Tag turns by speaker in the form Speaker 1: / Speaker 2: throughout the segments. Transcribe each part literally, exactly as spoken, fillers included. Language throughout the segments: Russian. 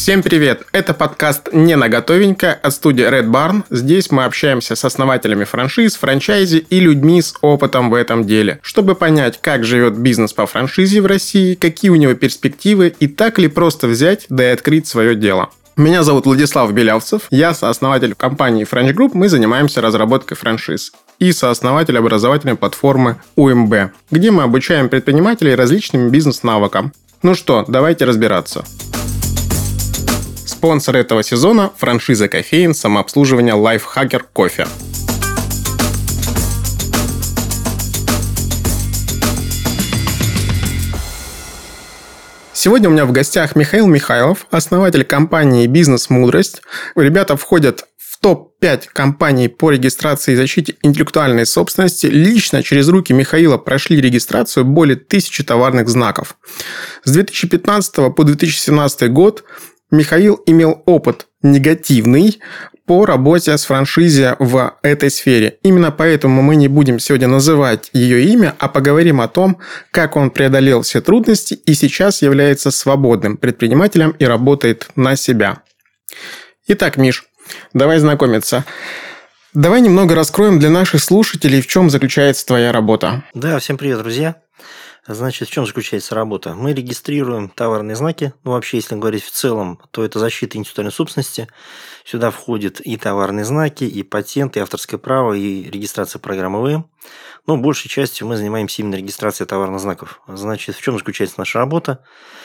Speaker 1: Всем привет! Это подкаст «Не на готовенько» от студии Red Barn. Здесь мы общаемся с основателями франшиз, франчайзи и людьми с опытом в этом деле, чтобы понять, как живет бизнес по франшизе в России, какие у него перспективы и так ли просто взять да и открыть свое дело. Меня зовут Владислав Белявцев, я сооснователь компании French Group, мы занимаемся разработкой франшиз. И сооснователь образовательной платформы у эм бэ, где мы обучаем предпринимателей различным бизнес-навыкам. Ну что, давайте разбираться. Спонсор этого сезона – франшиза кофеин самообслуживания Lifehacker Кофе. Сегодня у меня в гостях Михаил Михайлов, основатель компании «Бизнес-мудрость». Ребята входят в топ пять компаний по регистрации и защите интеллектуальной собственности. Лично через руки Михаила прошли регистрацию более тысячи товарных знаков. С две тысячи пятнадцатого по две тысячи семнадцатый год Михаил имел опыт негативный по работе с франшизе в этой сфере. Именно поэтому мы не будем сегодня называть ее имя, а поговорим о том, как он преодолел все трудности и сейчас является свободным предпринимателем и работает на себя. Итак, Миш, давай знакомиться. Давай немного раскроем для наших слушателей, в чем заключается твоя работа.
Speaker 2: Да, всем привет, друзья. Значит, в чем заключается работа? Мы регистрируем товарные знаки. Ну, вообще, если говорить в целом, то это защита интеллектуальной собственности. Сюда входят и товарные знаки, и патент, и авторское право, и регистрация программы вэ эм. Но большей частью мы занимаемся именно регистрацией товарных знаков. Значит, в чем заключается наша работа?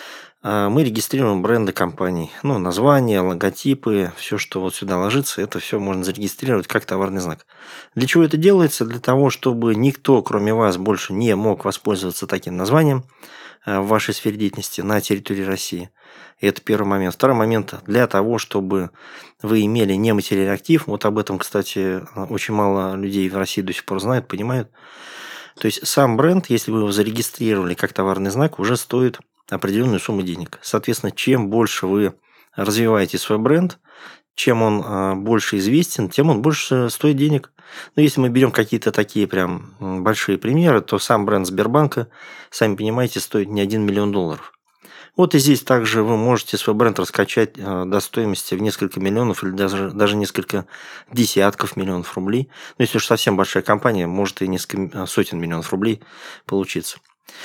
Speaker 2: Мы регистрируем бренды компаний. Ну, названия, логотипы, все, что вот сюда ложится, это все можно зарегистрировать как товарный знак. Для чего это делается? Для того, чтобы никто, кроме вас, больше не мог воспользоваться таким названием в вашей сфере деятельности на территории России. И это первый момент. Второй момент. Для того, чтобы вы имели нематериальный актив. Вот об этом, кстати, очень мало людей в России до сих пор знают, понимают. То есть, сам бренд, если вы его зарегистрировали как товарный знак, уже стоит определенную сумму денег. Соответственно, чем больше вы развиваете свой бренд, чем он больше известен, тем он больше стоит денег. Но если мы берем какие-то такие прям большие примеры, то сам бренд Сбербанка, сами понимаете, стоит не один миллион долларов. Вот и здесь также вы можете свой бренд раскачать до стоимости в несколько миллионов или даже, даже несколько десятков миллионов рублей. Но если уж совсем большая компания, может и несколько сотен миллионов рублей получиться.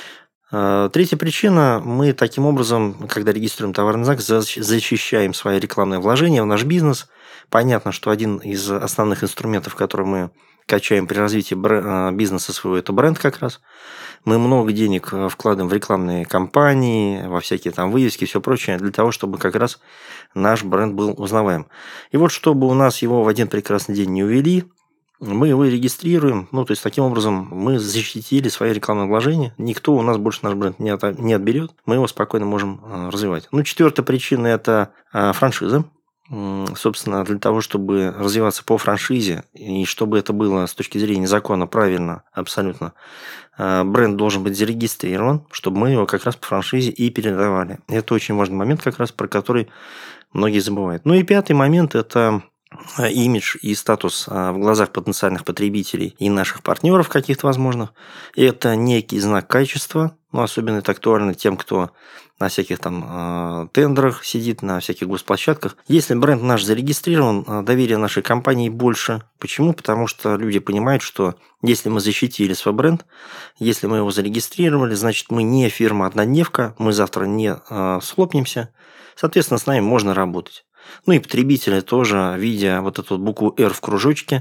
Speaker 2: Третья причина. Мы таким образом, когда регистрируем товарный знак, защищаем свои рекламные вложения в наш бизнес. Понятно, что один из основных инструментов, который мы качаем при развитии бизнеса своего, это бренд как раз. Мы много денег вкладываем в рекламные кампании, во всякие там вывески и все прочее, для того, чтобы как раз наш бренд был узнаваем. И вот чтобы у нас его в один прекрасный день не увели, мы его регистрируем. Ну, то есть, таким образом, мы защитили свои рекламные вложения. Никто у нас больше наш бренд не, от, не отберет. Мы его спокойно можем э, развивать. Ну, четвертая причина – это э, франшиза. Собственно, для того, чтобы развиваться по франшизе, и чтобы это было с точки зрения закона правильно, абсолютно, бренд должен быть зарегистрирован, чтобы мы его как раз по франшизе и передавали. Это очень важный момент, как раз про который многие забывают. Ну и пятый момент – это имидж и статус в глазах потенциальных потребителей и наших партнеров каких-то возможных. Это некий знак качества, ну, особенно это актуально тем, кто на всяких там тендерах сидит, на всяких госплощадках. Если бренд наш зарегистрирован, доверие нашей компании больше. Почему? Потому что люди понимают, что если мы защитили свой бренд, если мы его зарегистрировали, значит, мы не фирма-однодневка, мы завтра не э, схлопнемся. Соответственно, с нами можно работать. Ну и потребители тоже, видя вот эту букву «Р» в кружочке,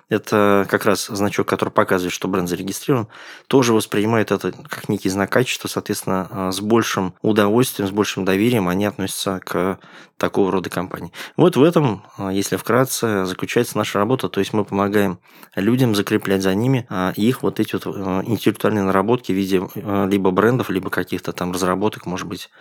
Speaker 2: это как раз значок, который показывает, что бренд зарегистрирован, тоже воспринимают это как некий знак качества, соответственно, с большим удовольствием, с большим доверием они относятся к такого рода компании. Вот в этом, если вкратце, заключается наша работа. То есть мы помогаем людям закреплять за ними их вот эти вот интеллектуальные наработки в виде либо брендов, либо каких-то там разработок, может быть,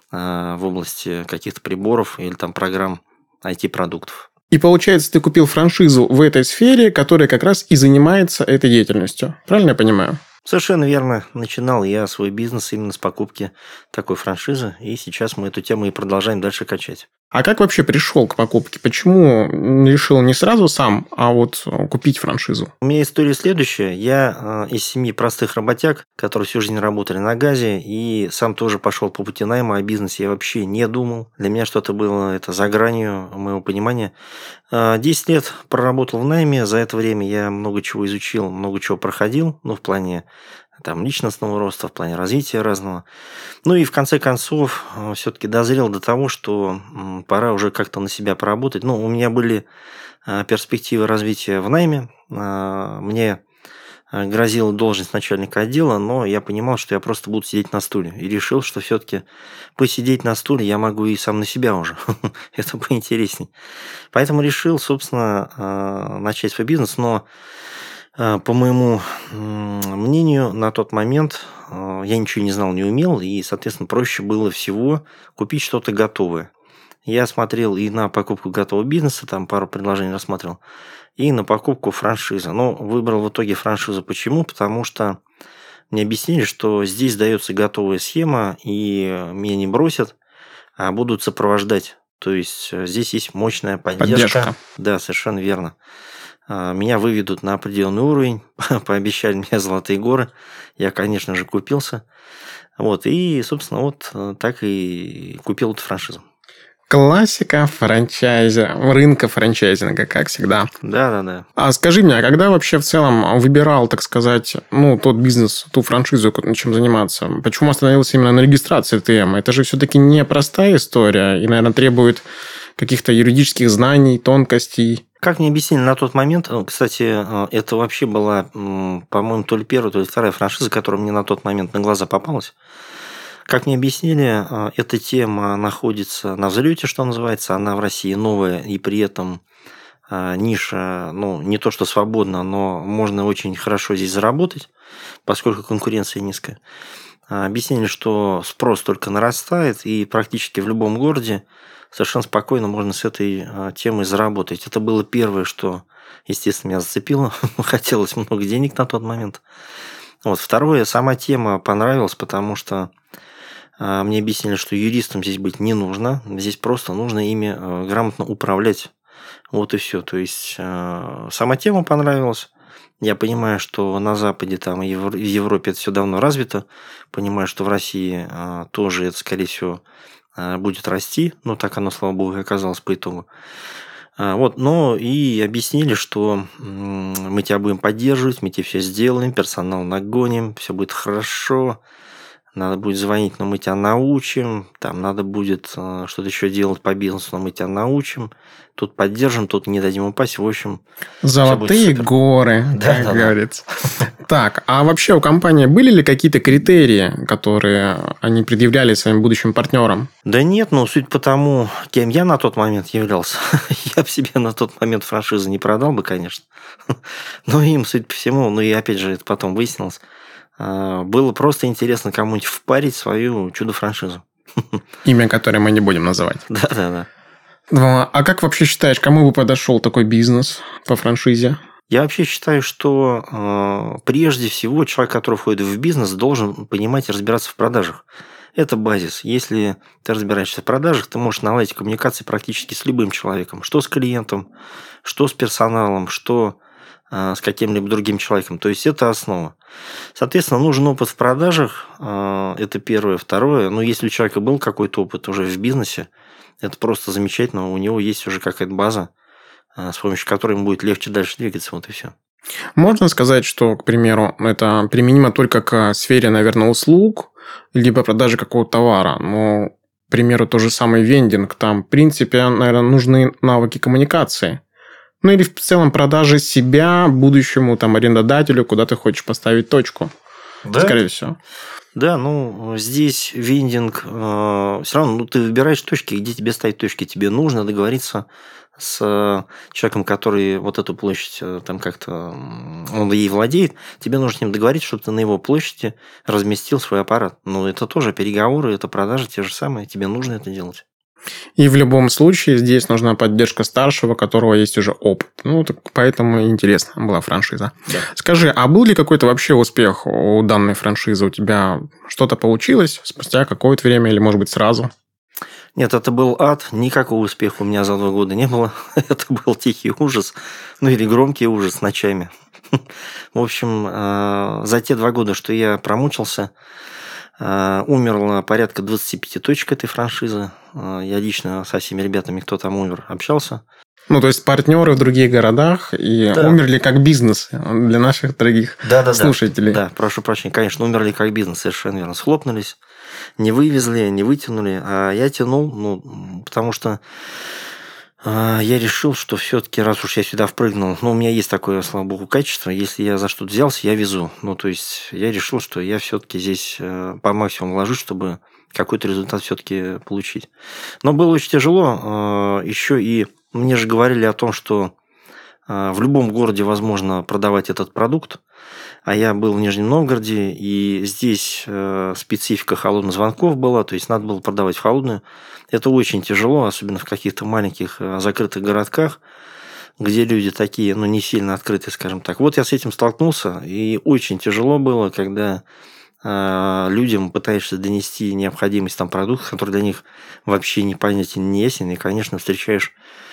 Speaker 2: в области каких-то приборов или там программ ай ти-продуктов.
Speaker 1: И получается, ты купил франшизу в этой сфере, которая как раз и занимается этой деятельностью. Правильно я понимаю?
Speaker 2: Совершенно верно. Начинал я свой бизнес именно с покупки такой франшизы. И сейчас мы эту тему и продолжаем дальше качать.
Speaker 1: А как вообще пришел к покупке? Почему решил не сразу сам, а вот купить франшизу?
Speaker 2: У меня история следующая. Я э, из семьи простых работяг, которые всю жизнь работали на газе, и сам тоже пошел по пути найма, о бизнесе я вообще не думал. Для меня что-то было это за гранью моего понимания. десять лет проработал в найме, за это время я много чего изучил, много чего проходил, ну, в плане там, личностного роста, в плане развития разного. Ну и в конце концов все-таки дозрел до того, что пора уже как-то на себя поработать. Ну, у меня были перспективы развития в найме. Мне грозила должность начальника отдела, но я понимал, что я просто буду сидеть на стуле. И решил, что все-таки посидеть на стуле я могу и сам на себя уже. Это поинтересней. Поэтому решил, собственно, начать свой бизнес. Но по моему мнению, на тот момент я ничего не знал, не умел, и, соответственно, проще было всего купить что-то готовое. Я смотрел и на покупку готового бизнеса, там пару предложений рассматривал, и на покупку франшизы. Но выбрал в итоге франшизу. Почему? Потому что мне объяснили, что здесь дается готовая схема, и меня не бросят, а будут сопровождать. То есть здесь есть мощная поддержка.
Speaker 1: Поддержка.
Speaker 2: Да, совершенно верно. Меня выведут на определенный уровень, пообещали мне золотые горы. Я, конечно же, купился. Вот, и, собственно, вот так и купил эту франшизу.
Speaker 1: Классика франчайза, рынка франчайзинга, как всегда.
Speaker 2: Да, да, да.
Speaker 1: А скажи мне, а когда вообще в целом выбирал, так сказать, ну, тот бизнес, ту франшизу, чем заниматься, почему остановился именно на регистрации тэ эм? Это же все-таки не простая история и, наверное, требует каких-то юридических знаний, тонкостей.
Speaker 2: Как мне объяснили на тот момент, кстати, это вообще была, по-моему, то ли первая, то ли вторая франшиза, которая мне на тот момент на глаза попалась. Как мне объяснили, эта тема находится на взлете, что называется. Она в России новая, и при этом ниша, ну, не то что свободна, но можно очень хорошо здесь заработать, поскольку конкуренция низкая. Объяснили, что спрос только нарастает, и практически в любом городе совершенно спокойно можно с этой темой заработать. Это было первое, что, естественно, меня зацепило. Хотелось много денег на тот момент. Вот. Второе, сама тема понравилась, потому что мне объяснили, что юристам здесь быть не нужно. Здесь просто нужно ими грамотно управлять. Вот и все. То есть, сама тема понравилась. Я понимаю, что на Западе там, и в Европе это все давно развито. Понимаю, что в России тоже это, скорее всего, будет расти. Но так оно, слава богу, и оказалось по итогу. Вот, но и объяснили, что мы тебя будем поддерживать, мы тебе все сделаем, персонал нагоним, все будет хорошо. Надо будет звонить, но мы тебя научим. Там надо будет что-то еще делать по бизнесу, но мы тебя научим. Тут поддержим, тут не дадим упасть. В общем,
Speaker 1: золотые горы,
Speaker 2: да,
Speaker 1: как
Speaker 2: да,
Speaker 1: говорится. Да. Так, а вообще у компании были ли какие-то критерии, которые они предъявляли своим будущим партнерам?
Speaker 2: Да нет, но суть по тому, кем я на тот момент являлся, я бы себе на тот момент франшизы не продал бы, конечно. Но им, суть по всему, ну и опять же, это потом выяснилось, было просто интересно кому-нибудь впарить свою чудо-франшизу.
Speaker 1: Имя, которое мы не будем называть.
Speaker 2: Да-да-да.
Speaker 1: А как вообще считаешь, кому бы подошел такой бизнес по франшизе?
Speaker 2: Я вообще считаю, что э, прежде всего человек, который входит в бизнес, должен понимать и разбираться в продажах. Это базис. Если ты разбираешься в продажах, ты можешь наладить коммуникации практически с любым человеком. Что с клиентом, что с персоналом, что э, с каким-либо другим человеком. То есть, это основа. Соответственно, нужен опыт в продажах. Э, это первое. Второе. Но если у человека был какой-то опыт уже в бизнесе, это просто замечательно. У него есть уже какая-то база, с помощью которой ему будет легче дальше двигаться. Вот и все.
Speaker 1: Можно сказать, что, к примеру, это применимо только к сфере, наверное, услуг, либо продажи какого-то товара. Но, к примеру, тот же самый вендинг. Там, в принципе, наверное, нужны навыки коммуникации. Ну, или в целом продажи себя будущему там, арендодателю, куда ты хочешь поставить точку. Да? Скорее всего.
Speaker 2: Да, ну, здесь вендинг, э, все равно ну, ты выбираешь точки, где тебе ставить точки. Тебе нужно договориться с человеком, который вот эту площадь там как-то, он ей владеет, тебе нужно с ним договориться, чтобы ты на его площади разместил свой аппарат. Ну, это тоже переговоры, это продажи те же самые, тебе нужно это делать.
Speaker 1: И в любом случае здесь нужна поддержка старшего, у которого есть уже опыт. Ну, так поэтому интересно была франшиза. Да. Скажи, а был ли какой-то вообще успех у данной франшизы? У тебя что-то получилось спустя какое-то время или, может быть, сразу?
Speaker 2: Нет, это был ад, никакого успеха у меня за два года не было. Это был тихий ужас, ну или громкий ужас ночами. В общем, за те два года, что я промучился, умерло порядка двадцать пять точек этой франшизы. Я лично со всеми ребятами, кто там умер, общался.
Speaker 1: Ну, то есть, партнеры в других городах и да. умерли как бизнес для наших дорогих да, да, слушателей.
Speaker 2: Да, да, прошу прощения. Конечно, умерли как бизнес, совершенно верно. Схлопнулись, не вывезли, не вытянули. А я тянул, ну, потому что э, я решил, что все-таки, раз уж я сюда впрыгнул, ну, у меня есть такое, слава богу, качество. Если я за что-то взялся, я везу. Ну, то есть, я решил, что я все-таки здесь э, по максимуму вложусь, чтобы какой-то результат все-таки получить. Но было очень тяжело. Э, еще и мне же говорили о том, что э, в любом городе возможно продавать этот продукт. А я был в Нижнем Новгороде, и здесь э, специфика холодных звонков была, то есть надо было продавать в холодную. Это очень тяжело, особенно в каких-то маленьких э, закрытых городках, где люди такие, ну, не сильно открытые, скажем так. Вот я с этим столкнулся, и очень тяжело было, когда э, людям пытаешься донести необходимость там продукта, который для них вообще непонятен, не ясен, и, конечно, встречаешь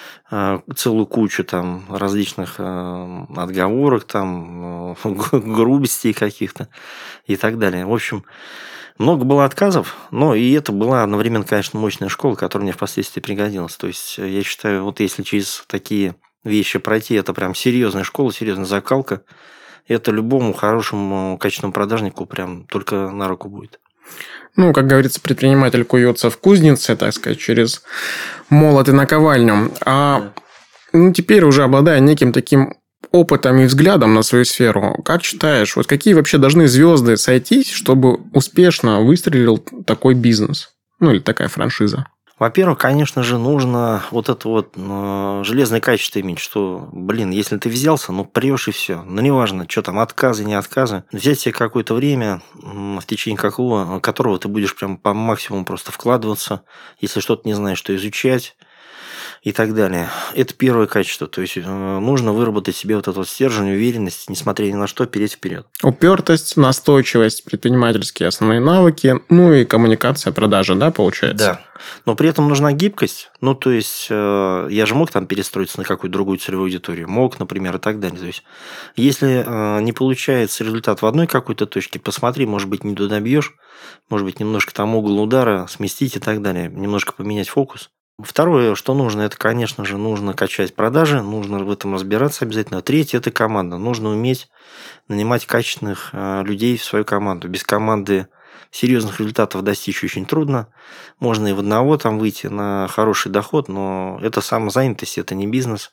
Speaker 2: целую кучу там различных э, отговорок, там, э, грубостей каких-то и так далее. В общем, много было отказов, но и это была одновременно, конечно, мощная школа, которая мне впоследствии пригодилась. То есть, я считаю, вот если через такие вещи пройти, это прям серьезная школа, серьезная закалка, это любому хорошему, качественному продажнику прям только на руку будет.
Speaker 1: Ну, как говорится, предприниматель куется в кузнице, так сказать, через молот и наковальню. А ну, теперь уже обладая неким таким опытом и взглядом на свою сферу, как считаешь, вот какие вообще должны звезды сойтись, чтобы успешно выстрелил такой бизнес? Ну, или такая франшиза?
Speaker 2: Во-первых, конечно же, нужно вот это вот э, железное качество иметь, что, блин, если ты взялся, ну, прешь и все. Ну, неважно, что там, отказы, не отказы. Взять себе какое-то время, э, в течение какого, которого ты будешь прям по максимуму просто вкладываться, если что-то не знаешь, что изучать и так далее. Это первое качество. То есть, э, нужно выработать себе вот этот вот стержень, уверенность, несмотря ни на что, переть вперед.
Speaker 1: Упертость, настойчивость, предпринимательские основные навыки, ну и коммуникация, продажа, да, получается?
Speaker 2: Да. Но при этом нужна гибкость. Ну, то есть, э, я же мог там перестроиться на какую-то другую целевую аудиторию. Мог, например, и так далее. То есть, если э, не получается результат в одной какой-то точке, посмотри, может быть, не туда бьешь, может быть, немножко там угол удара сместить и так далее. Немножко поменять фокус. Второе, что нужно, это, конечно же, нужно качать продажи, нужно в этом разбираться обязательно. Третье – это команда. Нужно уметь нанимать качественных э, людей в свою команду. Без команды серьезных результатов достичь очень трудно. Можно и в одного там выйти на хороший доход, но это самозанятость, это не бизнес.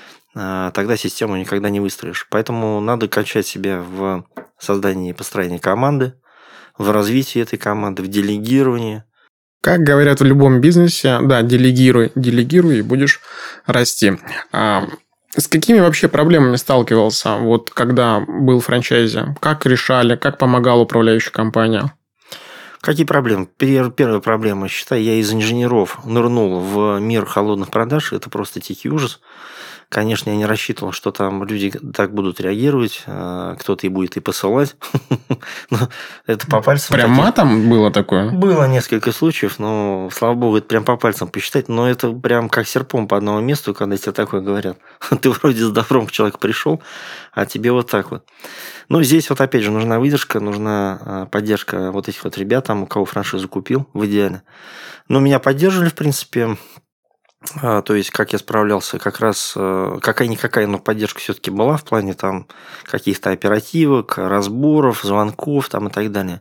Speaker 2: Э, тогда систему никогда не выстроишь. Поэтому надо качать себя в создании и построении команды, в развитии этой команды, в делегировании.
Speaker 1: Как говорят в любом бизнесе, да, делегируй, делегируй и будешь расти. А с какими вообще проблемами сталкивался, вот когда был в франчайзе? Как решали, как помогала управляющая компания?
Speaker 2: Какие проблемы? Первая проблема, считай, я из инженеров нырнул в мир холодных продаж. Это просто тихий ужас. Конечно, я не рассчитывал, что там люди так будут реагировать, кто-то и будет и посылать. Но это по пальцам.
Speaker 1: Прям матом было такое?
Speaker 2: Было несколько случаев, но, слава богу, это прям по пальцам посчитать. Но это прям как серпом по одному месту, когда тебе такое говорят. Ты вроде с добром к человеку пришел, а тебе вот так вот. Ну, здесь вот опять же нужна выдержка, нужна поддержка вот этих вот ребят, там, у кого франшизу купил, в идеале. Но меня поддерживали, в принципе. А, то есть, как я справлялся, как раз какая-никакая, но поддержка все-таки была в плане там каких-то оперативок, разборов, звонков там и так далее.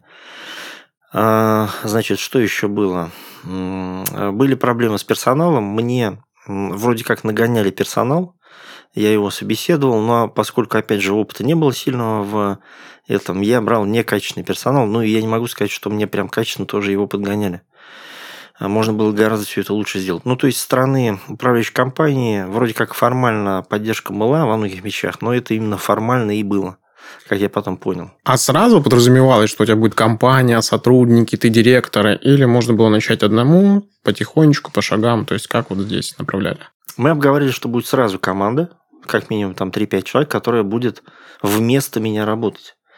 Speaker 2: А, значит, что еще было? Были проблемы с персоналом. Мне вроде как нагоняли персонал. Я его собеседовал, но поскольку, опять же, опыта не было сильного в этом, я брал некачественный персонал. Ну, и я не могу сказать, что мне прям качественно тоже его подгоняли. Можно было гораздо все это лучше сделать. Ну, то есть, со стороны управляющей компании вроде как формально поддержка была во многих вещах, но это именно формально и было, как я потом понял.
Speaker 1: А сразу подразумевалось, что у тебя будет компания, сотрудники, ты директоры, или можно было начать одному, потихонечку, по шагам, то есть, как вот здесь направляли?
Speaker 2: Мы обговорили, что будет сразу команда, как минимум там три-пять человек, которая будет вместо меня работать.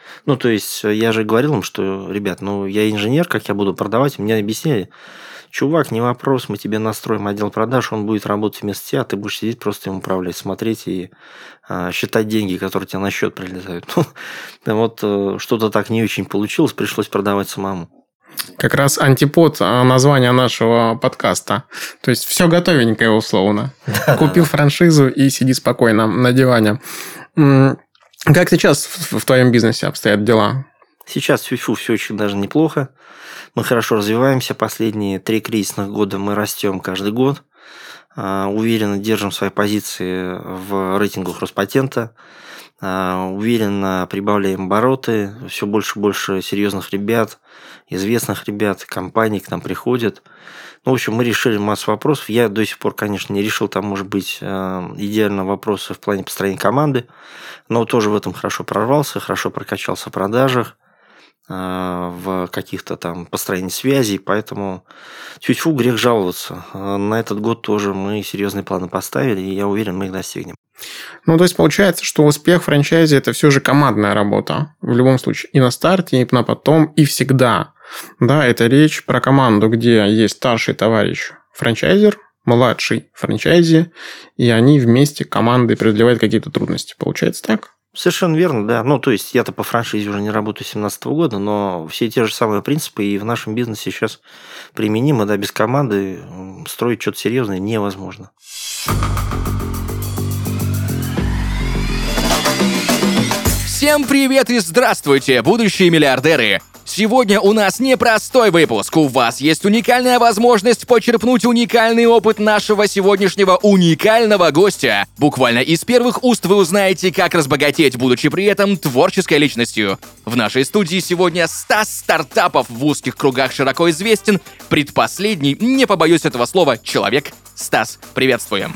Speaker 2: Ну, то есть, я же говорил им, что, ребят, ну, я инженер, как я буду продавать, мне объяснили, чувак, не вопрос, мы тебе настроим отдел продаж, он будет работать вместо тебя, а ты будешь сидеть, просто им управлять, смотреть и а, считать деньги, которые тебе на счет прилетают. Ну, вот что-то так не очень получилось, пришлось продавать самому.
Speaker 1: Как раз антипод названия нашего подкаста. То есть, все готовенькое условно. Да, Купил да, франшизу и сиди спокойно на диване. Как сейчас в твоем бизнесе обстоят дела?
Speaker 2: Сейчас фу-фу, все очень даже неплохо. Мы хорошо развиваемся. Последние три кризисных года мы растем каждый год. Уверенно держим свои позиции в рейтингах Роспатента. Уверенно прибавляем обороты. Все больше и больше серьезных ребят, известных ребят, компаний к нам приходят. Ну, в общем, мы решили массу вопросов. Я до сих пор, конечно, не решил там, может быть, идеально вопросы в плане построения команды, но тоже в этом хорошо прорвался, хорошо прокачался в продажах, в каких-то там построении связей, поэтому тьфу-тьфу, грех жаловаться. На этот год тоже мы серьезные планы поставили, и я уверен, мы их достигнем.
Speaker 1: Ну, то есть, получается, что успех франчайзи – это все же командная работа. В любом случае, и на старте, и на потом, и всегда. Да, это речь про команду, где есть старший товарищ франчайзер, младший франчайзи, и они вместе командой преодолевают какие-то трудности. Получается так?
Speaker 2: Совершенно верно, да. Ну, то есть, я-то по франшизе уже не работаю с две тысячи семнадцатого года, но все те же самые принципы и в нашем бизнесе сейчас применимы, да, без команды строить что-то серьезное невозможно.
Speaker 3: Всем привет и здравствуйте, будущие миллиардеры! Сегодня у нас непростой выпуск. У вас есть уникальная возможность почерпнуть уникальный опыт нашего сегодняшнего уникального гостя. Буквально из первых уст вы узнаете, как разбогатеть, будучи при этом творческой личностью. В нашей студии сегодня Стас Стартапов, в узких кругах широко известен, предпоследний, не побоюсь этого слова, человек. Стас, приветствуем.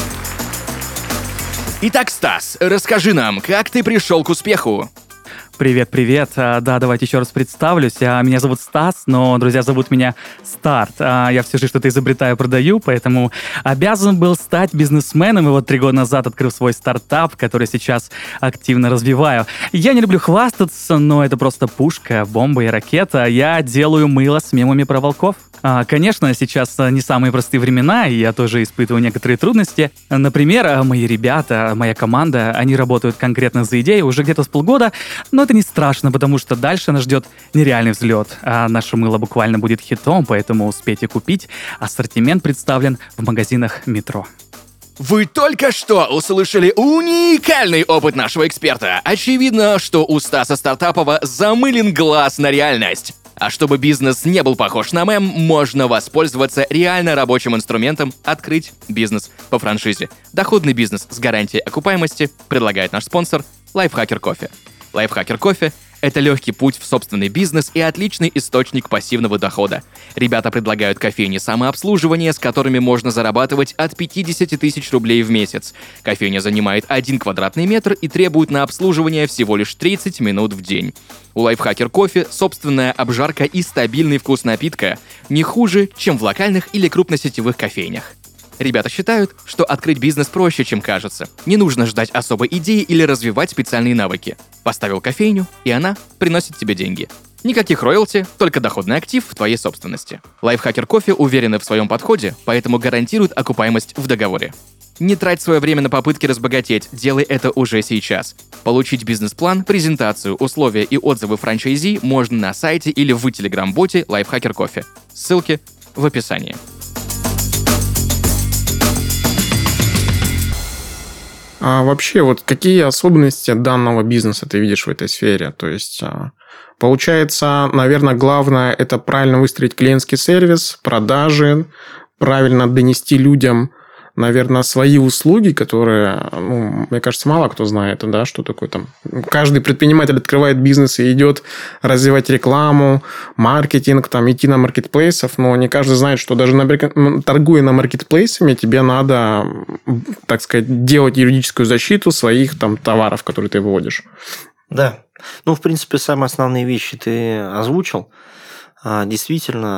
Speaker 3: Итак, Стас, расскажи нам, как ты пришел к успеху?
Speaker 4: Привет-привет. Да, давайте еще раз представлюсь. Меня зовут Стас, но друзья зовут меня Старт. Я все же что-то изобретаю, продаю, поэтому обязан был стать бизнесменом. И вот три года назад открыл свой стартап, который сейчас активно развиваю. Я не люблю хвастаться, но это просто пушка, бомба и ракета. Я делаю мыло с мемами про волков. Конечно, сейчас не самые простые времена, и я тоже испытываю некоторые трудности. Например, мои ребята, моя команда, они работают конкретно за идею уже где-то с полгода, но это не страшно, потому что дальше нас ждет нереальный взлет. А наше мыло буквально будет хитом, поэтому успейте купить. Ассортимент представлен в магазинах Метро.
Speaker 3: Вы только что услышали уникальный опыт нашего эксперта. Очевидно, что у Стаса Стартапова замылен глаз на реальность. А чтобы бизнес не был похож на мем, можно воспользоваться реально рабочим инструментом «Открыть бизнес по франшизе». Доходный бизнес с гарантией окупаемости предлагает наш спонсор Lifehacker Coffee. Lifehacker Coffee — это легкий путь в собственный бизнес и отличный источник пассивного дохода. Ребята предлагают кофейни самообслуживания, с которыми можно зарабатывать от пятьдесят тысяч рублей в месяц. Кофейня занимает один квадратный метр и требует на обслуживание всего лишь тридцать минут в день. У Lifehacker Coffee собственная обжарка и стабильный вкус напитка не хуже, чем в локальных или крупносетевых кофейнях. Ребята считают, что открыть бизнес проще, чем кажется. Не нужно ждать особой идеи или развивать специальные навыки. Поставил кофейню, и она приносит тебе деньги. Никаких роялти, только доходный актив в твоей собственности. Lifehacker Coffee уверены в своем подходе, поэтому гарантируют окупаемость в договоре. Не трать свое время на попытки разбогатеть, делай это уже сейчас. Получить бизнес-план, презентацию, условия и отзывы франчайзи можно на сайте или в телеграм-боте Lifehacker Coffee. Ссылки в описании.
Speaker 1: А вообще, вот какие особенности данного бизнеса ты видишь в этой сфере? То есть, получается, наверное, главное – это правильно выстроить клиентский сервис, продажи, правильно донести людям, наверное, свои услуги, которые, ну, мне кажется, мало кто знает, да, что такое там. Каждый предприниматель открывает бизнес и идет развивать рекламу, маркетинг, там, идти на маркетплейсов, но не каждый знает, что даже на, торгуя на маркетплейсами, тебе надо, так сказать, делать юридическую защиту своих там товаров, которые ты выводишь.
Speaker 2: Да. Ну, в принципе, самые основные вещи ты озвучил.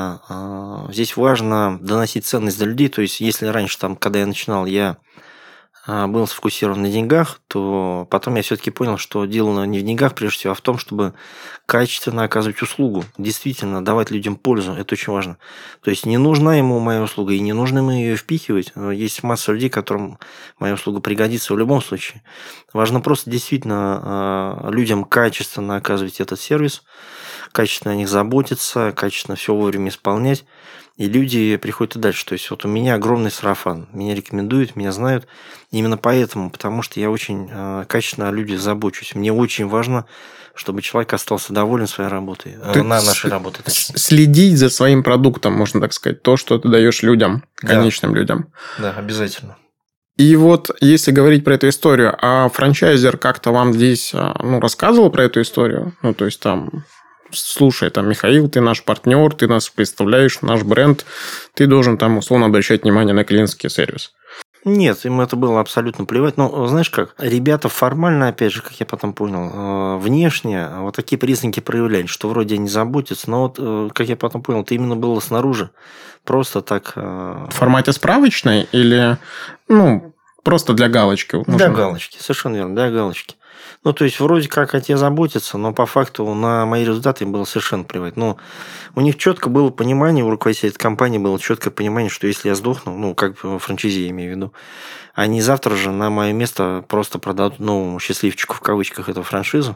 Speaker 2: Действительно, здесь важно доносить ценность до людей. То есть, если раньше, там, когда я начинал, я был сфокусирован на деньгах, то потом я все-таки понял, что дело не в деньгах, прежде всего, а в том, чтобы качественно оказывать услугу, действительно давать людям пользу, это очень важно. То есть не нужна ему моя услуга, и не нужно ему ее впихивать. Есть масса людей, которым моя услуга пригодится в любом случае. Важно просто действительно людям качественно оказывать этот сервис, качественно о них заботиться, качественно все вовремя исполнять. И люди приходят и дальше. То есть вот у меня огромный сарафан. Меня рекомендуют, меня знают. Именно поэтому, потому что я очень э, качественно о людях забочусь. Мне очень важно, чтобы человек остался доволен своей работой. Э, на нашей работе. Точнее.
Speaker 1: Следить за своим продуктом, можно так сказать. То, что ты даешь людям, конечным
Speaker 2: да.
Speaker 1: людям.
Speaker 2: Да, обязательно.
Speaker 1: И вот если говорить про эту историю, а франчайзер как-то вам здесь ну, рассказывал про эту историю? Ну, то есть там... Слушай, там, Михаил, ты наш партнер, ты нас представляешь, наш бренд, ты должен там условно обращать внимание на клиентский сервис.
Speaker 2: Нет, им это было абсолютно плевать. Но, знаешь как, ребята формально, опять же, как я потом понял, внешне вот такие признаки проявляли, что вроде они заботятся, но вот, как я потом понял, это именно было снаружи. Просто так...
Speaker 1: В формате справочной или, ну, просто для галочки?
Speaker 2: Для можно... галочки, совершенно верно, для галочки. Ну, то есть, вроде как о тебе заботятся, но по факту на мои результаты им было совершенно плевать. Но у них четко было понимание, у руководителя этой компании было четкое понимание, что если я сдохну, ну, как франчайзи, я имею в виду, они завтра же на мое место просто продадут новому счастливчику, в кавычках, эту франшизу.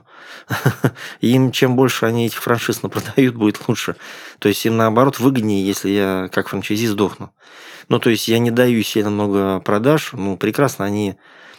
Speaker 2: И им чем больше они этих франшиз продают, будет лучше. То есть, им наоборот выгоднее, если я как франчайзи сдохну. Ну, то есть, я не даю себе много продаж, ну, прекрасно, они...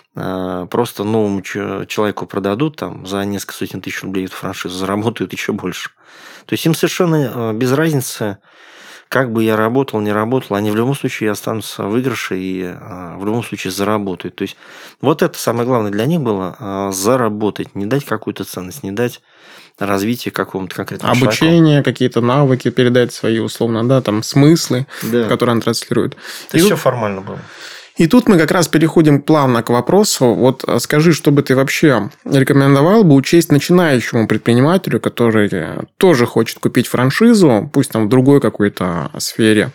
Speaker 2: просто новому человеку продадут там за несколько сотен тысяч рублей эту франшизу, заработают еще больше. То есть им совершенно без разницы, как бы я работал, не работал, они в любом случае останутся в выигрыше и в любом случае заработают. То есть вот это самое главное для них было – заработать, не дать какую-то ценность, не дать развитие какому-то конкретному
Speaker 1: обучение, человеку. Какие-то навыки передать свои, условно, да, там смыслы, да. которые он транслирует.
Speaker 2: То есть все формально было.
Speaker 1: И тут мы как раз переходим плавно к вопросу. Вот скажи, что бы ты вообще рекомендовал бы учесть начинающему предпринимателю, который тоже хочет купить франшизу, пусть там в другой какой-то сфере.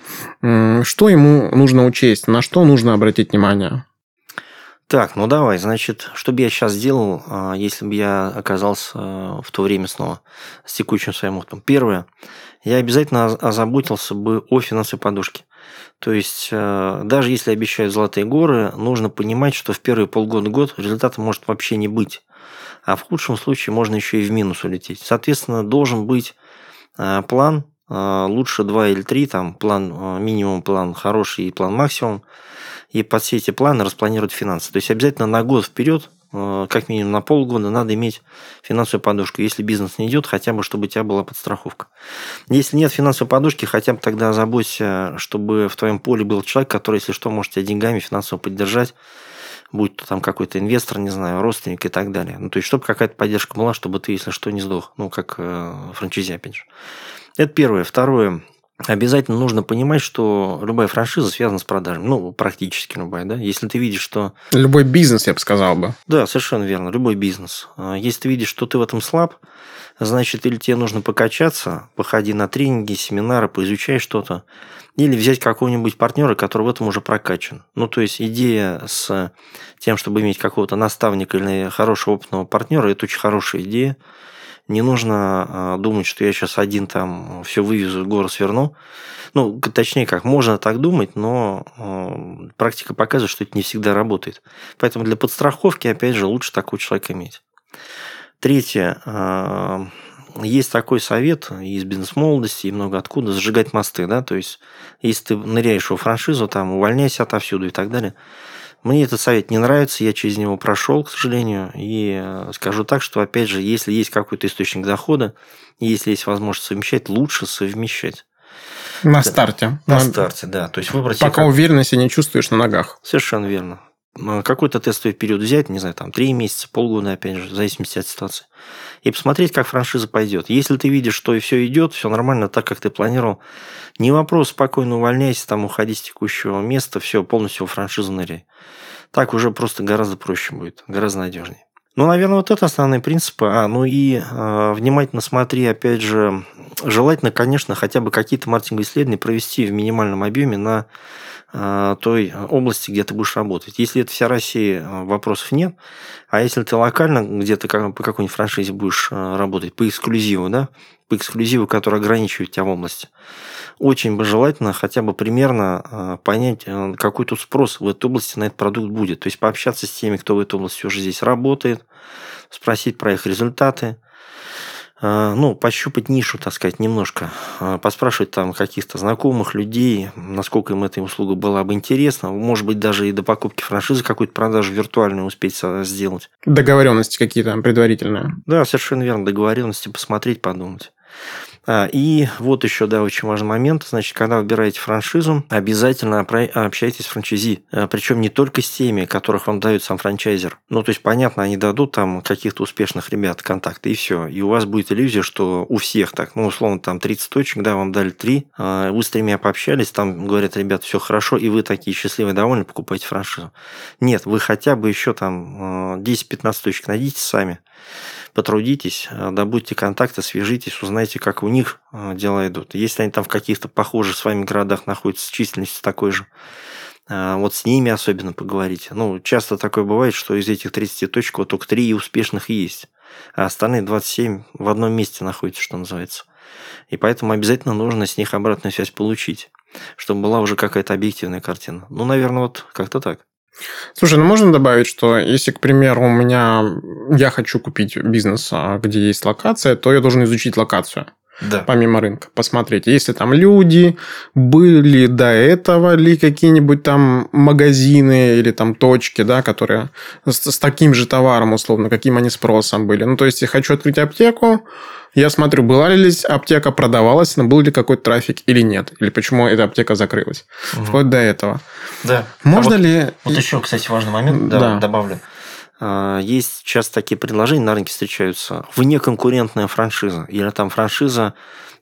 Speaker 1: Что ему нужно учесть? На что нужно обратить внимание?
Speaker 2: Так, ну давай, значит, что бы я сейчас сделал, если бы я оказался в то время снова с текущим своим опытом? Первое, я обязательно озаботился бы о финансовой подушке. То есть, даже если обещают золотые горы, нужно понимать, что в первые полгода-год результата может вообще не быть. А в худшем случае можно еще и в минус улететь. Соответственно, должен быть план, лучше два или три, там план минимум, план хороший и план максимум. И под все эти планы распланировать финансы. То есть, обязательно на год вперед, как минимум на полгода, надо иметь финансовую подушку. Если бизнес не идет, хотя бы, чтобы у тебя была подстраховка. Если нет финансовой подушки, хотя бы тогда озаботься, чтобы в твоем поле был человек, который, если что, может тебя деньгами финансово поддержать, будь то там какой-то инвестор, не знаю, родственник и так далее. Ну, то есть, чтобы какая-то поддержка была, чтобы ты, если что, не сдох. Ну, как э, франчайзи, опять же. Это первое. Второе. Обязательно нужно понимать, что любая франшиза связана с продажами. Ну, практически любая, да. Если ты видишь, что...
Speaker 1: Любой бизнес, я бы сказал бы.
Speaker 2: Да, совершенно верно. Любой бизнес. Если ты видишь, что ты в этом слаб, значит, или тебе нужно покачаться, походи на тренинги, семинары, поизучай что-то, или взять какого-нибудь партнера, который в этом уже прокачан. Ну, то есть, идея с тем, чтобы иметь какого-то наставника или хорошего опытного партнера, это очень хорошая идея. Не нужно думать, что я сейчас один там все вывезу, гору сверну. Ну, точнее как, можно так думать, но практика показывает, что это не всегда работает. Поэтому для подстраховки, опять же, лучше такого человека иметь. Третье. Есть такой совет из бизнес-молодости и много откуда – зажигать мосты. Да? То есть, если ты ныряешь во франшизу, там, увольняйся отовсюду и так далее. Мне этот совет не нравится, я через него прошел, к сожалению, и скажу так, что, опять же, если есть какой-то источник дохода, если есть возможность совмещать, лучше совмещать.
Speaker 1: На
Speaker 2: да.
Speaker 1: старте.
Speaker 2: На, на старте, да. То есть выбрать
Speaker 1: пока как... уверенности не чувствуешь на ногах.
Speaker 2: Совершенно верно. Какой-то тестовый период взять, не знаю, там, три месяца, полгода, опять же, в зависимости от ситуации, и посмотреть, как франшиза пойдет. Если ты видишь, что и все идет, все нормально, так, как ты планировал, не вопрос, спокойно увольняйся, там, уходи с текущего места, все, полностью в франшизу ныряй. Так уже просто гораздо проще будет, гораздо надежнее. Ну, наверное, вот это основные принципы. А, ну и э, внимательно смотри, опять же, желательно, конечно, хотя бы какие-то маркетинговые исследования провести в минимальном объеме на той области, где ты будешь работать. Если это вся Россия, вопросов нет. А если ты локально где-то по какой-нибудь франшизе будешь работать, по эксклюзиву, да, по эксклюзиву, который ограничивает тебя в области, очень бы желательно хотя бы примерно понять, какой тут спрос в этой области на этот продукт будет. То есть пообщаться с теми, кто в этой области уже здесь работает, спросить про их результаты, ну, пощупать нишу, так сказать, немножко, поспрашивать там каких-то знакомых людей, насколько им эта услуга была бы интересна, может быть, даже и до покупки франшизы какую-то продажу виртуальную успеть сделать.
Speaker 1: Договоренности какие-то предварительные.
Speaker 2: Да, совершенно верно, договоренности, посмотреть, подумать. И вот еще, да, очень важный момент. Значит, когда выбираете франшизу, обязательно общайтесь с франчайзи. Причем не только с теми, которых вам дает сам франчайзер. Ну, то есть, понятно, они дадут там каких-то успешных ребят контакты, и все. И у вас будет иллюзия, что у всех так, ну, условно, там тридцать точек, да, вам дали три, вы с тремя пообщались, там говорят, ребят, все хорошо, и вы такие счастливые, довольны, покупаете франшизу. Нет, вы хотя бы еще там десять-пятнадцать точек найдите сами. Потрудитесь, добудьте контакты, свяжитесь, узнайте, как у них дела идут. Если они там в каких-то похожих с вами городах находятся с численностью такой же, вот с ними особенно поговорите. Ну, часто такое бывает, что из этих тридцати точек вот только три успешных есть, а остальные двадцать семь в одном месте находятся, что называется. И поэтому обязательно нужно с них обратную связь получить, чтобы была уже какая-то объективная картина. Ну, наверное, вот как-то так.
Speaker 1: Слушай, ну можно добавить, что если, к примеру, у меня я хочу купить бизнес, где есть локация, то я должен изучить локацию. Да. Помимо рынка, посмотреть, если там люди, были до этого ли какие-нибудь там магазины или там точки, да, которые с, с таким же товаром, условно, каким они спросом были. Ну, то есть, я хочу открыть аптеку, я смотрю, была ли здесь аптека, продавалась, но был ли какой-то трафик или нет, или почему эта аптека закрылась. Угу. Вплоть до этого.
Speaker 2: Да.
Speaker 1: Можно
Speaker 2: а вот,
Speaker 1: ли...
Speaker 2: Вот еще, кстати, важный момент, да, да. добавлю. Есть часто такие предложения на рынке встречаются. Внеконкурентная франшиза. Или там франшиза,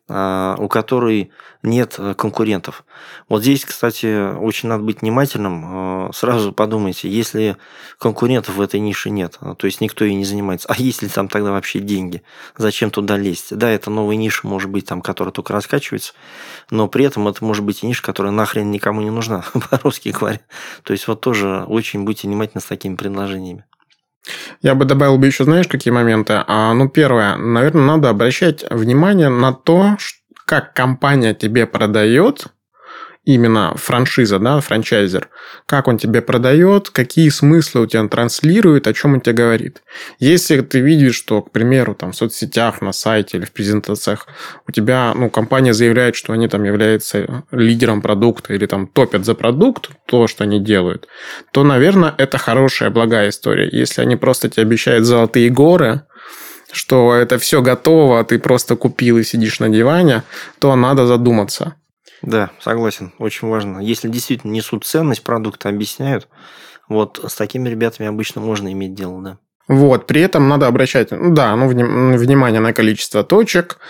Speaker 2: у которой нет конкурентов. Вот здесь, кстати, очень надо быть внимательным. Сразу подумайте, если конкурентов в этой нише нет, то есть никто ей не занимается, а есть ли там тогда вообще деньги? Зачем туда лезть? Да, это новая ниша, может быть, там, которая только раскачивается, но при этом это может быть и ниша, которая нахрен никому не нужна, по-русски говоря. То есть вот тоже очень будьте внимательны с такими предложениями.
Speaker 1: Я бы добавил бы еще, знаешь, какие моменты? А, ну, первое, наверное, надо обращать внимание на то, как компания тебе продает, именно франшиза, да, франчайзер, как он тебе продает, какие смыслы у тебя транслирует, о чем он тебе говорит. Если ты видишь, что, к примеру, там, в соцсетях, на сайте или в презентациях у тебя, ну, компания заявляет, что они там являются лидером продукта или там топят за продукт, то, что они делают, то, наверное, это хорошая, благая история. Если они просто тебе обещают золотые горы, что это все готово, а ты просто купил и сидишь на диване, то надо задуматься.
Speaker 2: Да, согласен, очень важно. Если действительно несут ценность продукта, объясняют, вот с такими ребятами обычно можно иметь дело, да.
Speaker 1: Вот, при этом надо обращать, ну, да, ну, внимание на количество точек,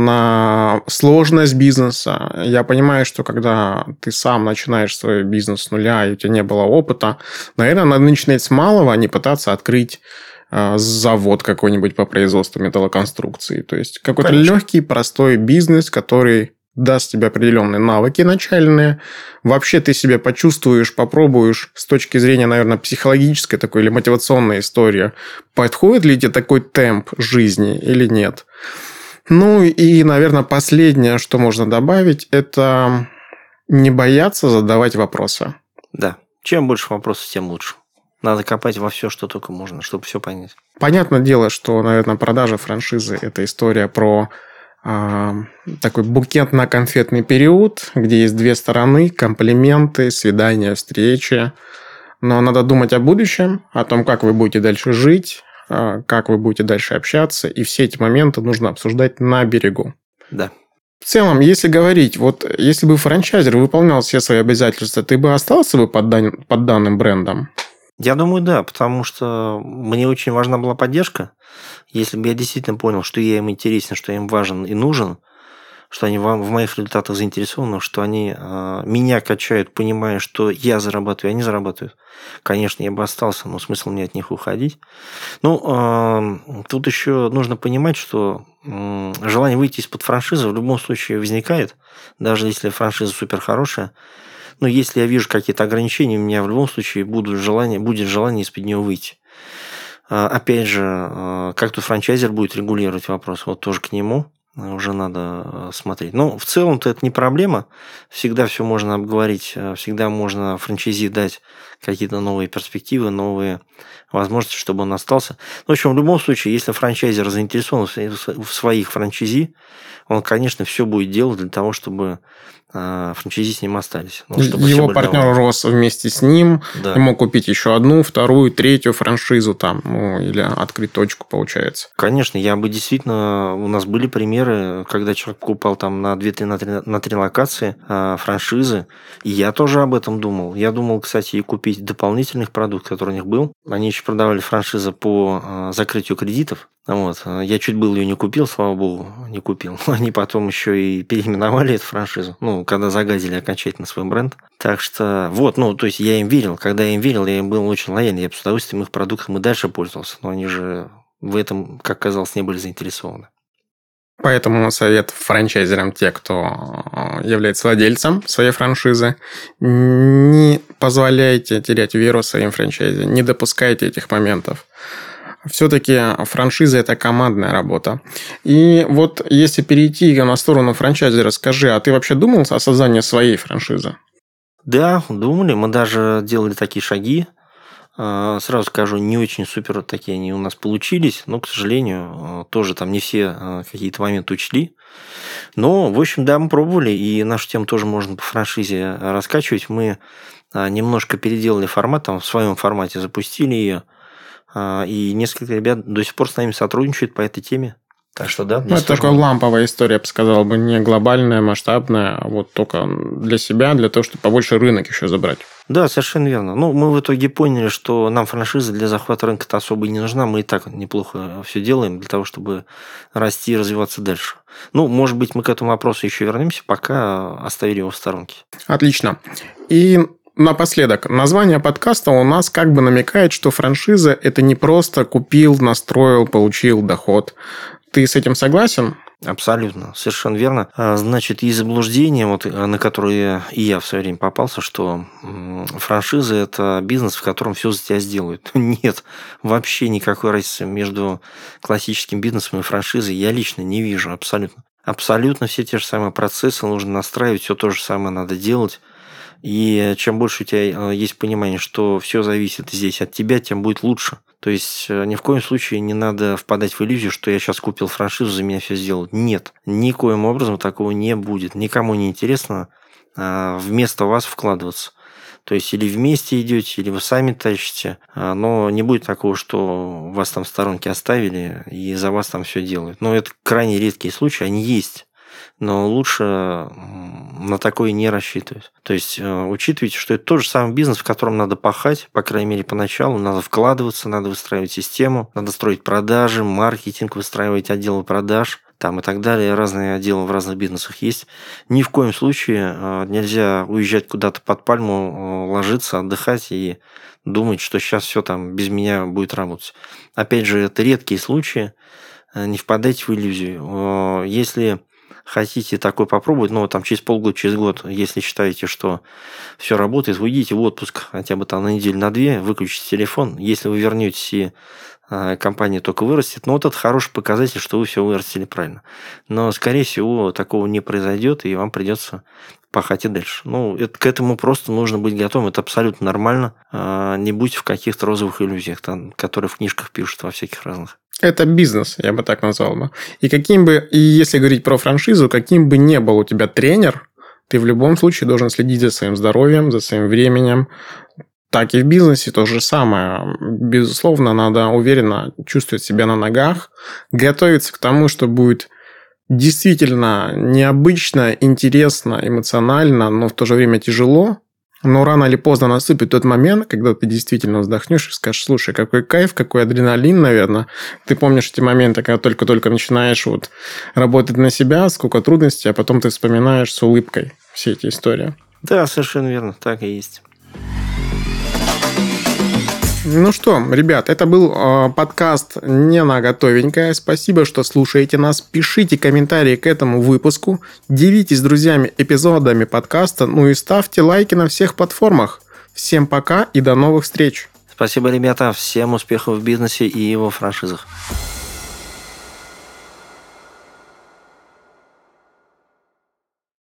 Speaker 1: на сложность бизнеса. Я понимаю, что когда ты сам начинаешь свой бизнес с нуля, и у тебя не было опыта, наверное, надо начинать с малого, а не пытаться открыть завод какой-нибудь по производству металлоконструкции. То есть, какой-то Конечно. легкий, простой бизнес, который даст тебе определенные навыки начальные. Вообще ты себя почувствуешь, попробуешь с точки зрения, наверное, психологической такой или мотивационной истории. Подходит ли тебе такой темп жизни или нет? Ну и, наверное, последнее, что можно добавить, это не бояться задавать вопросы.
Speaker 2: Да. Чем больше вопросов, тем лучше. Надо копать во все, что только можно, чтобы все понять.
Speaker 1: Понятное дело, что, наверное, продажа франшизы – это история про такой букетно-конфетный период, где есть две стороны, комплименты, свидания, встречи. Но надо думать о будущем, о том, как вы будете дальше жить, как вы будете дальше общаться. И все эти моменты нужно обсуждать на берегу.
Speaker 2: Да.
Speaker 1: В целом, если говорить, вот если бы франчайзер выполнял все свои обязательства, ты бы остался бы под, дан... под данным брендом?
Speaker 2: Я думаю, да, потому что мне очень важна была поддержка. Если бы я действительно понял, что я им интересен, что я им важен и нужен, что они в моих результатах заинтересованы, что они э, меня качают, понимая, что я зарабатываю, они зарабатывают, конечно, я бы остался, но смысл мне от них уходить. Ну, э, тут еще нужно понимать, что э, желание выйти из-под франшизы в любом случае возникает, даже если франшиза супер хорошая. Но если я вижу какие-то ограничения, у меня в любом случае будут желание, будет желание из-под него выйти. Опять же, как тут франчайзер будет регулировать вопрос, вот тоже к нему уже надо смотреть. Но в целом-то это не проблема. Всегда все можно обговорить, всегда можно франчайзи дать какие-то новые перспективы, новые возможности, чтобы он остался. В общем, в любом случае, если франчайзер заинтересован в своих франчайзи, он, конечно, все будет делать для того, чтобы франчайзи с ним остались. Ну,
Speaker 1: его партнер довольны. Рос вместе с ним, да. И мог купить еще одну, вторую, третью франшизу там, ну, или открыть точку, получается.
Speaker 2: Конечно, я бы действительно... У нас были примеры, когда человек покупал там на две-три, на три, на три локации а, франшизы, и я тоже об этом думал. Я думал, кстати, и купить дополнительных продуктов, который у них был. Они еще продавали франшизы по а, закрытию кредитов. Вот. Я чуть было ее не купил, слава богу, не купил. Они потом еще и переименовали эту франшизу, ну, когда загадили окончательно свой бренд. Так что, вот, ну, то есть я им верил. Когда я им верил, я им был очень лояльный. Я с удовольствием их продуктом и дальше пользовался. Но они же в этом, как казалось, не были заинтересованы.
Speaker 1: Поэтому совет франчайзерам, те, кто является владельцем своей франшизы, не позволяйте терять веру в своим франчайзе, не допускайте этих моментов. Все-таки франшиза – это командная работа. И вот если перейти на сторону франчайзера, скажи, а ты вообще думал о создании своей франшизы?
Speaker 2: Да, думали. Мы даже делали такие шаги. Сразу скажу, не очень супер такие они у нас получились, но, к сожалению, тоже там не все какие-то моменты учли. Но, в общем, да, мы пробовали, и нашу тему тоже можно по франшизе раскачивать. Мы немножко переделали формат, там в своем формате запустили ее. И несколько ребят до сих пор с нами сотрудничают по этой теме. Так что да.
Speaker 1: Это такая ламповая история, я бы сказал, бы, не глобальная, масштабная, а вот только для себя, для того, чтобы побольше рынок еще забрать.
Speaker 2: Да, совершенно верно. Ну, мы в итоге поняли, что нам франшиза для захвата рынка-то особо и не нужна. Мы и так неплохо все делаем для того, чтобы расти и развиваться дальше. Ну, может быть, мы к этому вопросу еще вернемся, пока оставили его в сторонке.
Speaker 1: Отлично. И напоследок, название подкаста у нас как бы намекает, что франшиза – это не просто купил, настроил, получил доход. Ты с этим согласен?
Speaker 2: Абсолютно, совершенно верно. Значит, есть заблуждение, вот, на которое и я в свое время попался, что франшиза – это бизнес, в котором все за тебя сделают. Нет, вообще никакой разницы между классическим бизнесом и франшизой я лично не вижу, абсолютно. Абсолютно все те же самые процессы нужно настраивать, все то же самое надо делать. И чем больше у тебя есть понимание, что все зависит здесь от тебя, тем будет лучше. То есть ни в коем случае не надо впадать в иллюзию, что я сейчас купил франшизу, за меня все сделают. Нет, никоим образом такого не будет. Никому не интересно вместо вас вкладываться. То есть или вместе идете, или вы сами тащите, но не будет такого, что вас там в сторонке оставили и за вас там все делают. Но это крайне редкие случаи, они есть. Но лучше на такое не рассчитывать. То есть, учитывайте, что это тот же самый бизнес, в котором надо пахать, по крайней мере, поначалу, надо вкладываться, надо выстраивать систему, надо строить продажи, маркетинг, выстраивать отделы продаж, там и так далее. Разные отделы в разных бизнесах есть. Ни в коем случае нельзя уезжать куда-то под пальму, ложиться, отдыхать и думать, что сейчас все там без меня будет работать. Опять же, это редкие случаи. Не впадайте в иллюзию. Если хотите такое попробовать, но там через полгода, через год, если считаете, что все работает, вы идите в отпуск хотя бы там на неделю, на две, выключите телефон. Если вы вернетесь и компания только вырастет, ну вот это хороший показатель, что вы все вырастили правильно. Но, скорее всего, такого не произойдет, и вам придется пахать и дальше. Ну, это, к этому просто нужно быть готовым. Это абсолютно нормально. Не будьте в каких-то розовых иллюзиях, там, которые в книжках пишут во всяких разных.
Speaker 1: Это бизнес, я бы так назвал бы. И каким бы, и если говорить про франшизу, каким бы ни был у тебя тренер, ты в любом случае должен следить за своим здоровьем, за своим временем. Так и в бизнесе то же самое. Безусловно, надо уверенно чувствовать себя на ногах, готовиться к тому, что будет действительно необычно, интересно, эмоционально, но в то же время тяжело. Но рано или поздно наступит тот момент, когда ты действительно вздохнешь и скажешь: слушай, какой кайф, какой адреналин, наверное. Ты помнишь эти моменты, когда только-только начинаешь вот работать на себя, сколько трудностей, а потом ты вспоминаешь с улыбкой все эти истории.
Speaker 2: Да, совершенно верно, так и есть.
Speaker 1: Ну что, ребят, это был э, подкаст «Не на готовенькое». Спасибо, что слушаете нас. Пишите комментарии к этому выпуску. Делитесь с друзьями эпизодами подкаста. Ну и ставьте лайки на всех платформах. Всем пока и до новых встреч.
Speaker 2: Спасибо, ребята. Всем успехов в бизнесе и его франшизах.